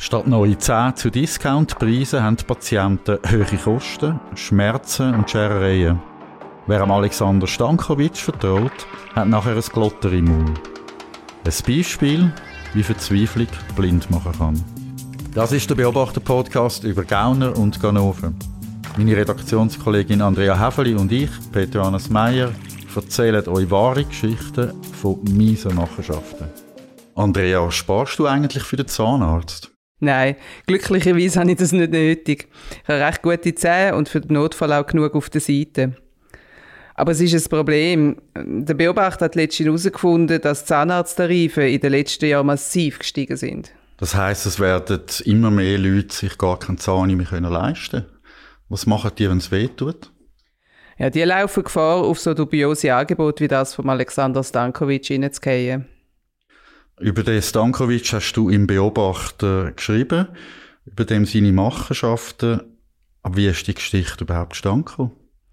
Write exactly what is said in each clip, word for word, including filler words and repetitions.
Statt neue Zähne zu Discountpreisen haben die Patienten hohe Kosten, Schmerzen und Scherereien. Wer am Alexander Stankovic vertraut, hat nachher ein Glotter im Mund. Ein Beispiel, wie Verzweiflung blind machen kann. Das ist der Beobachter-Podcast über Gauner und Ganoven. Meine Redaktionskollegin Andrea Häfeli und ich, Peter Hannes Meyer, erzählen euch wahre Geschichten von miesen Machenschaften. Andrea, sparst du eigentlich für den Zahnarzt? Nein, glücklicherweise habe ich das nicht nötig. Ich habe recht gute Zähne und für den Notfall auch genug auf der Seite. Aber es ist ein Problem. Der Beobachter hat letztens herausgefunden, dass Zahnarzttarife in den letzten Jahren massiv gestiegen sind. Das heisst, es werden immer mehr Leute sich gar keinen Zahn mehr leisten können. Was machen die, wenn es weh tut? Ja, die laufen Gefahr, auf so dubiose Angebote wie das von Alexander Stankovic hineinzugehen. Über den Stankovic hast du im Beobachter geschrieben, über dem seine Machenschaften. Aber wie ist die Geschichte überhaupt zustande gekommen?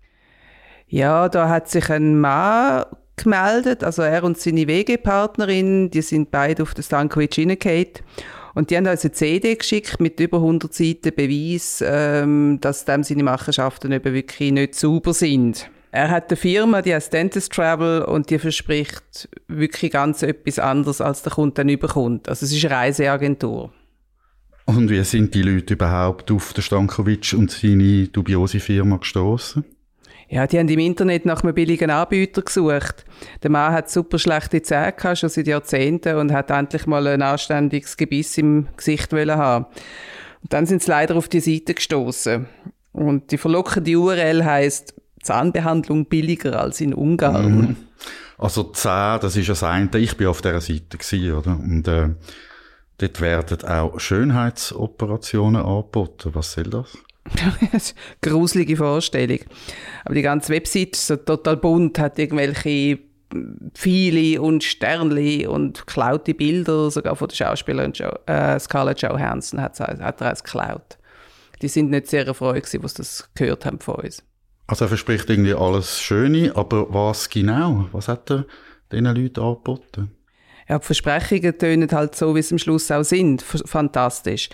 Ja, da hat sich ein Mann gemeldet, also er und seine W G-Partnerin, die sind beide auf den Stankovic hineingegangen. Und die haben uns eine C D geschickt mit über hundert Seiten Beweis, ähm, dass dem seine Machenschaften eben wirklich nicht sauber sind. Er hat eine Firma, die heißt Dentist Travel, und die verspricht wirklich ganz etwas anderes, als der Kunde dann überkommt. Also es ist eine Reiseagentur. Und wie sind die Leute überhaupt auf den Stankovic und seine dubiose Firma gestoßen? Ja, die haben im Internet nach einem billigen Anbieter gesucht. Der Mann hat super schlechte Zähne gehabt, schon seit Jahrzehnten, und hat endlich mal ein anständiges Gebiss im Gesicht wollen haben. Und dann sind sie leider auf die Seite gestoßen. Und die verlockende U R L heisst Zahnbehandlung billiger als in Ungarn. Mhm. Also Zähne, das ist das eine. Ich war auf dieser Seite gewesen, oder? Und äh, dort werden auch Schönheitsoperationen angeboten. Was soll das? Gruselige Vorstellung. Aber die ganze Website ist so total bunt, hat irgendwelche Pfeile und Sternli und geklaute Bilder, sogar von der Schauspielerin jo- äh, Scarlett Johansson hat, hat er eins geklaut. Die sind nicht sehr erfreut gewesen, was das gehört haben von uns. Also er verspricht irgendwie alles Schöne, aber was genau? Was hat er diesen Leuten angeboten? Ja, die Versprechungen tönen halt so, wie sie am Schluss auch sind, F- fantastisch.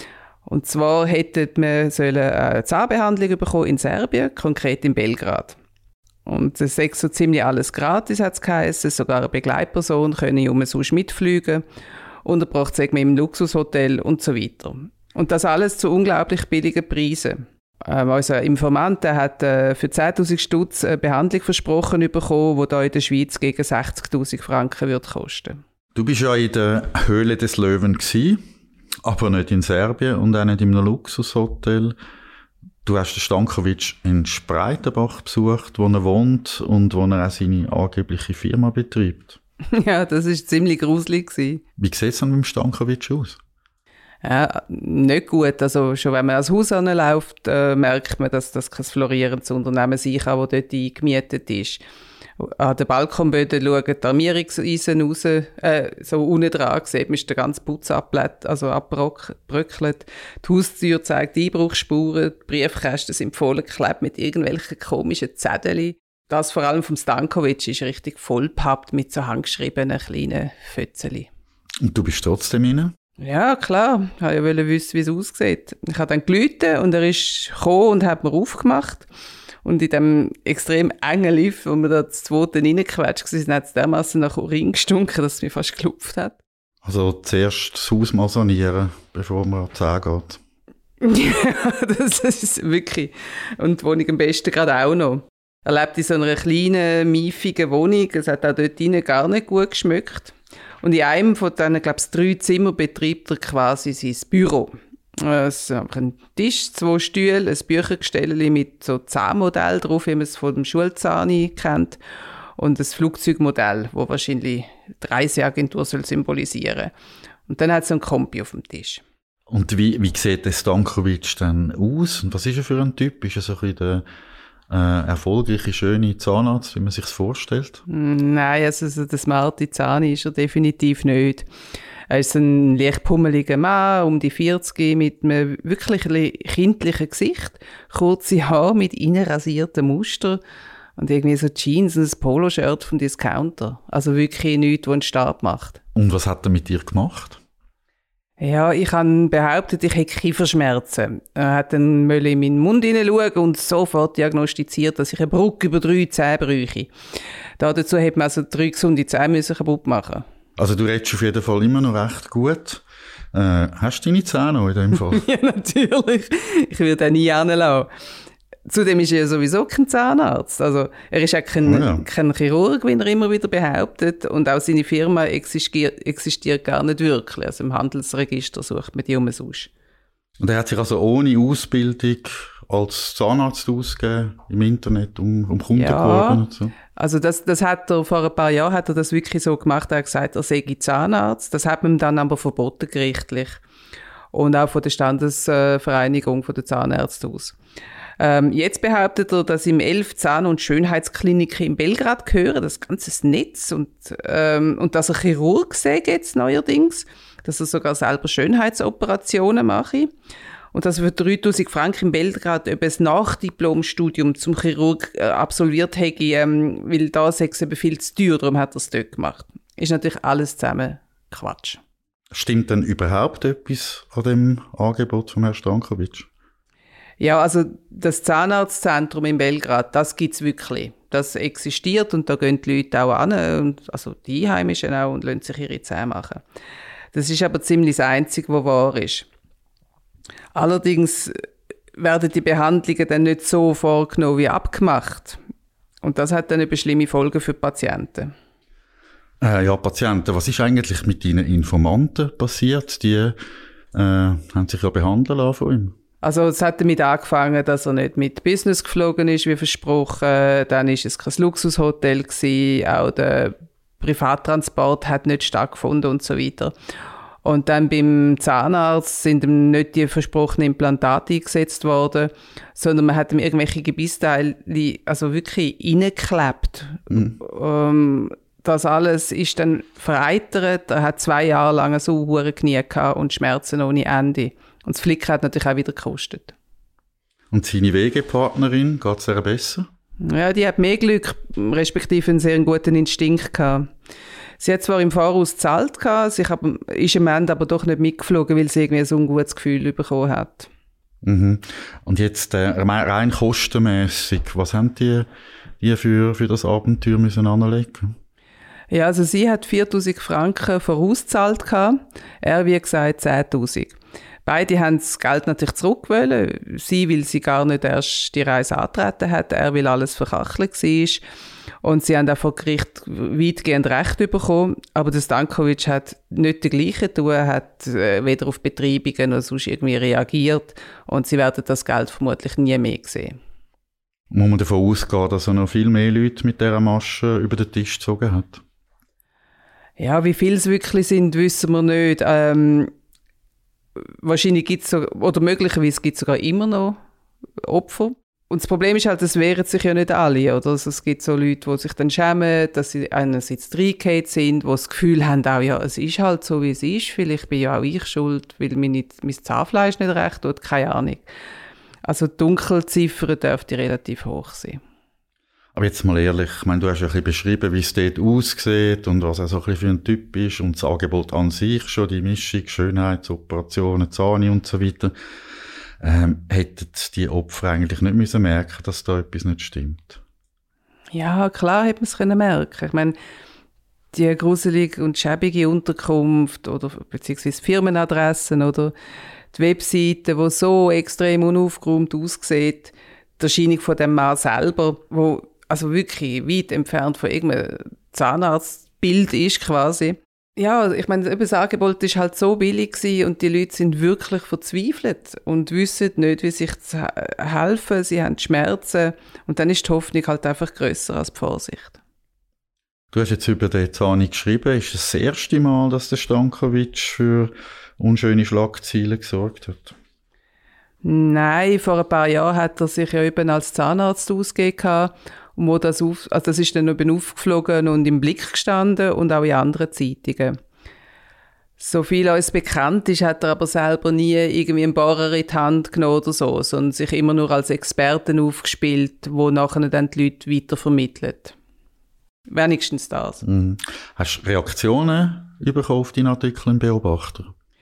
Und zwar hätte man eine Zahnbehandlung bekommen in Serbien, konkret in Belgrad. Und es ist so ziemlich alles gratis, hat es geheißen. Sogar eine Begleitperson könne umsonst mitfliegen. Untergebracht sei man im Luxushotel und so weiter. Und das alles zu unglaublich billigen Preisen. Ähm, unser Informant der hat äh, für zehntausend Stutz eine Behandlung versprochen bekommen, die hier in der Schweiz gegen sechzigtausend Franken würde kosten. Du bist ja in der Höhle des Löwen gewesen, aber nicht in Serbien und auch nicht in einem Luxushotel. Du hast den Stankovic in Spreitenbach besucht, wo er wohnt und wo er auch seine angebliche Firma betreibt. Ja, das war ziemlich gruselig gewesen. Wie sieht es dann mit dem Stankovic aus? Ja, nicht gut. Also schon wenn man ans Haus anläuft, äh, merkt man, dass das kein florierendes Unternehmen sein kann, das dort eingemietet ist. An den Balkonböden schauen die Armierungseisen raus, äh, so unten dran sieht man, ist der ganze Putz abblätt, also abbröckelt. Die Haustür zeigt Einbruchsspuren, die Briefkästen sind vollgeklebt mit irgendwelchen komischen Zetteln. Das vor allem vom Stankovic ist richtig vollgepappt mit so handgeschriebenen kleinen Fötzeli. Und du bist trotzdem rein? Ja, klar. Ich wollte ja wissen, wie es aussieht. Ich habe dann gerufen und er ist gekommen und hat mir aufgemacht. Und in dem extrem engen Lift, wo wir da zu zweit reingequetscht waren, hat es dermassen nach Urin gestunken, dass es mich fast geklopft hat. Also zuerst das Haus mal sanieren, bevor man an die Zähne geht. Ja, das ist wirklich. Und die Wohnung am besten gerade auch noch. Er lebt in so einer kleinen, miefigen Wohnung. Es hat auch dort drinnen gar nicht gut geschmeckt. Und in einem von diesen, glaube ich, drei Zimmern betreibt er quasi sein Büro. Es ist ein Tisch, zwei Stühle, ein Büchergestell mit so Zahnmodell drauf, wie man es von dem Schulzahni kennt. Und ein Flugzeugmodell, das wahrscheinlich die Reiseagentur soll symbolisieren. Und dann hat es so ein Kompi auf dem Tisch. Und wie, wie sieht der Stankovic dann aus? Und was ist er für ein Typ? Ist er so ein bisschen der äh, erfolgreiche, schöne Zahnarzt, wie man sich vorstellt? Nein, also so der smarte Zahni ist er definitiv nicht. Er ist ein leicht pummeliger Mann, um die vierzig, mit einem wirklich kindlichen Gesicht, kurze Haare mit innenrasiertem Muster und irgendwie so Jeans und ein Poloshirt vom Discounter. Also wirklich nichts, was einen Stab macht. Und was hat er mit dir gemacht? Ja, ich habe behauptet, ich hätte Kieferschmerzen. Er hat dann mal in meinen Mund hineinschauen und sofort diagnostiziert, dass ich eine Brücke über drei Zähne bräuchte. Dazu hätte man also drei gesunde Zähne müssen kaputt machen. Also du redest auf jeden Fall immer noch recht gut. Äh, hast du deine Zähne noch in dem Fall? Ja, natürlich. Ich würde ihn nie hinlassen. Zudem ist er ja sowieso kein Zahnarzt. Also, er ist auch kein, oh ja. kein Chirurg, wie er immer wieder behauptet. Und auch seine Firma existiert, existiert gar nicht wirklich. Also im Handelsregister sucht man die umsonst. Und er hat sich also ohne Ausbildung als Zahnarzt ausgegeben im Internet, um, um Kunden ja, geworben und so? Also das, das hat er, vor ein paar Jahren hat er das wirklich so gemacht. Er hat gesagt, er sei Zahnarzt. Das hat man ihm dann aber verboten gerichtlich. Und auch von der Standesvereinigung von der Zahnärzte aus. Ähm, jetzt behauptet er, dass ihm elf Zahn- und Schönheitskliniken in Belgrad gehören, das ganze Netz, und, ähm, und dass er Chirurg sei jetzt neuerdings, dass er sogar selber Schönheitsoperationen mache und dass er für dreitausend Franken in Belgrad eben ein Nachdiplomstudium zum Chirurg äh, absolviert hätte, ähm, weil da sei es eben viel zu teuer, darum hat er es dort gemacht. Ist natürlich alles zusammen Quatsch. Stimmt denn überhaupt etwas an dem Angebot von Herrn Stankovic? Ja, also das Zahnarztzentrum in Belgrad, das gibt's wirklich. Das existiert und da gehen die Leute auch hin, und, also die Einheimischen auch, und lassen sich ihre Zähne machen. Das ist aber ziemlich das Einzige, was wahr ist. Allerdings werden die Behandlungen dann nicht so vorgenommen wie abgemacht. Und das hat dann eben schlimme Folgen für die Patienten. Äh, ja, Patienten, was ist eigentlich mit Ihnen Informanten passiert? Die äh, haben sich ja behandeln lassen von ihm. Also es hat damit angefangen, dass er nicht mit Business geflogen ist, wie versprochen. Dann ist es kein Luxushotel gewesen. Auch der Privattransport hat nicht stattgefunden und so weiter. Und dann beim Zahnarzt sind ihm nicht die versprochenen Implantate eingesetzt worden, sondern man hat ihm irgendwelche Gebissteile, also wirklich reingeklebt. Mhm. Um, das alles ist dann vereitert. Er hat zwei Jahre lang so hohe Knie gehabt und Schmerzen ohne Ende. Und das Flicken hat natürlich auch wieder gekostet. Und seine Wegepartnerin, geht es ihr besser? Ja, die hat mehr Glück, respektive einen sehr guten Instinkt gehabt. Sie hat zwar im Voraus gezahlt gehabt, sich aber, ist am Ende aber doch nicht mitgeflogen, weil sie irgendwie so ein gutes Gefühl bekommen hat. Mhm. Und jetzt äh, rein kostenmässig, was haben die, die für, für das Abenteuer müssen anlegen? Ja, also sie hat viertausend Franken vorausgezahlt gehabt, er wie gesagt zehntausend. Beide haben das Geld natürlich zurückgewollt. Sie, weil sie gar nicht erst die Reise angetreten hat, er, weil alles verkachelt war. Und sie haben auch vor Gericht weitgehend Recht bekommen. Aber der Stankovic hat nicht das Gleiche getan, hat weder auf Betreibungen noch sonst irgendwie reagiert. Und sie werden das Geld vermutlich nie mehr sehen. Muss man davon ausgehen, dass er noch viel mehr Leute mit dieser Masche über den Tisch gezogen hat? Ja, wie viele es wirklich sind, wissen wir nicht. Ähm, Wahrscheinlich gibt es, so, oder möglicherweise gibt es sogar immer noch Opfer. Und das Problem ist halt, es wehren sich ja nicht alle, oder? Also es gibt so Leute, die sich dann schämen, dass sie einerseits reingefallen sind, die das Gefühl haben, auch, ja, es ist halt so, wie es ist. Vielleicht bin ja auch ich schuld, weil meine, mein Zahnfleisch nicht recht tut, keine Ahnung. Also die Dunkelziffer dürfte relativ hoch sein. Aber jetzt mal ehrlich, ich meine, du hast ja ein bisschen beschrieben, wie es dort aussieht und was er so ein bisschen für ein Typ ist und das Angebot an sich schon, die Mischung, Schönheitsoperationen, Zähne und so weiter. Ähm, hätten die Opfer eigentlich nicht müssen merken, dass da etwas nicht stimmt? Ja, klar hätte man es können merken. Ich meine, die gruselige und schäbige Unterkunft oder beziehungsweise Firmenadressen oder die Webseite, die so extrem unaufgeräumt aussieht, die Erscheinung von dem Mann selber, wo also wirklich weit entfernt von irgendeinem Zahnarztbild ist quasi. Ja, ich meine, das Angebot war halt so billig gewesen und die Leute sind wirklich verzweifelt und wissen nicht, wie sich zu helfen. Sie haben Schmerzen und dann ist die Hoffnung halt einfach grösser als die Vorsicht. Du hast jetzt über den Zahni geschrieben. Ist das das erste Mal, dass der Stankovic für unschöne Schlagzeilen gesorgt hat? Nein, vor ein paar Jahren hat er sich ja eben als Zahnarzt ausgegeben. Und wo das, auf, also das ist dann eben aufgeflogen und im Blick gestanden und auch in anderen Zeitungen. So viel uns bekannt ist, hat er aber selber nie irgendwie einen Bohrer in die Hand genommen oder so, sondern sich immer nur als Experten aufgespielt, wo nachher dann die Leute weitervermitteln. Wenigstens das. Mhm. Hast du Reaktionen bekommen auf deinen Artikel im Beobachter?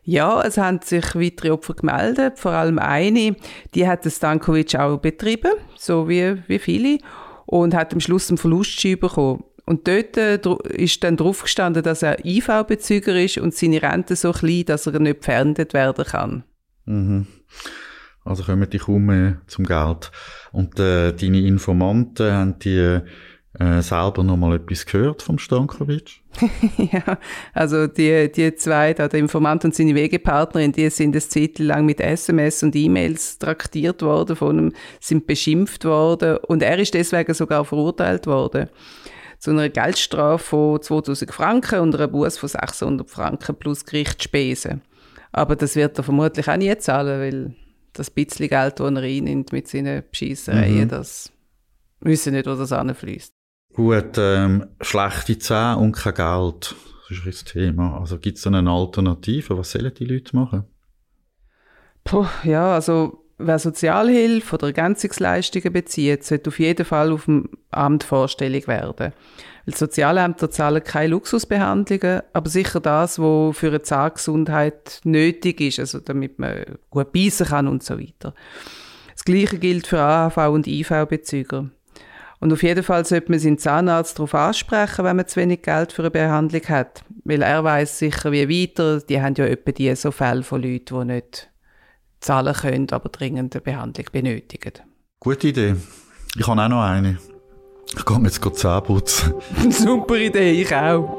Ja, es haben sich weitere Opfer gemeldet, vor allem eine, die hat den Stankovic auch betrieben, so wie, wie viele, und hat am Schluss einen Verlustschein bekommen. Und dort äh, ist dann drauf gestanden, dass er I V-Bezüger ist und seine Rente so klein, dass er nicht gepfändet werden kann. Mhm. Also kommen die kaum mehr zum Geld. Und äh, deine Informanten, haben die äh, selber noch mal etwas gehört vom Stankovic? Ja, also die, die zwei, der Informant und seine Wegepartnerin, die sind eine Zeit lang mit S M S und E-Mails traktiert worden, von ihm sind beschimpft worden und er ist deswegen sogar verurteilt worden. Zu einer Geldstrafe von zweitausend Franken und einer Buße von sechshundert Franken plus Gerichtsspesen. Aber das wird er vermutlich auch nie zahlen, weil das bisschen Geld, das er reinnimmt mit seinen Bescheissereien, mhm. das wissen nicht, wo das hinfliesst. Gut, ähm, schlechte Zähne und kein Geld, das ist das Thema. Also gibt es eine Alternative? Was sollen die Leute machen? Puh, ja, also wer Sozialhilfe oder Ergänzungsleistungen bezieht, sollte auf jeden Fall auf dem Amt vorstellig werden. Weil Sozialämter zahlen keine Luxusbehandlungen, aber sicher das, was für eine Zahngesundheit nötig ist, also damit man gut beißen kann und so weiter. Das Gleiche gilt für A H V und I V-Bezüger. Und auf jeden Fall sollte man seinen Zahnarzt darauf ansprechen, wenn man zu wenig Geld für eine Behandlung hat. Weil er weiss sicher, wie weiter. Die haben ja etwa die so Fälle von Leuten, die nicht zahlen können, aber dringend eine Behandlung benötigen. Gute Idee. Ich habe auch noch eine. Ich gehe jetzt Zähne putzen. Super Idee, ich auch.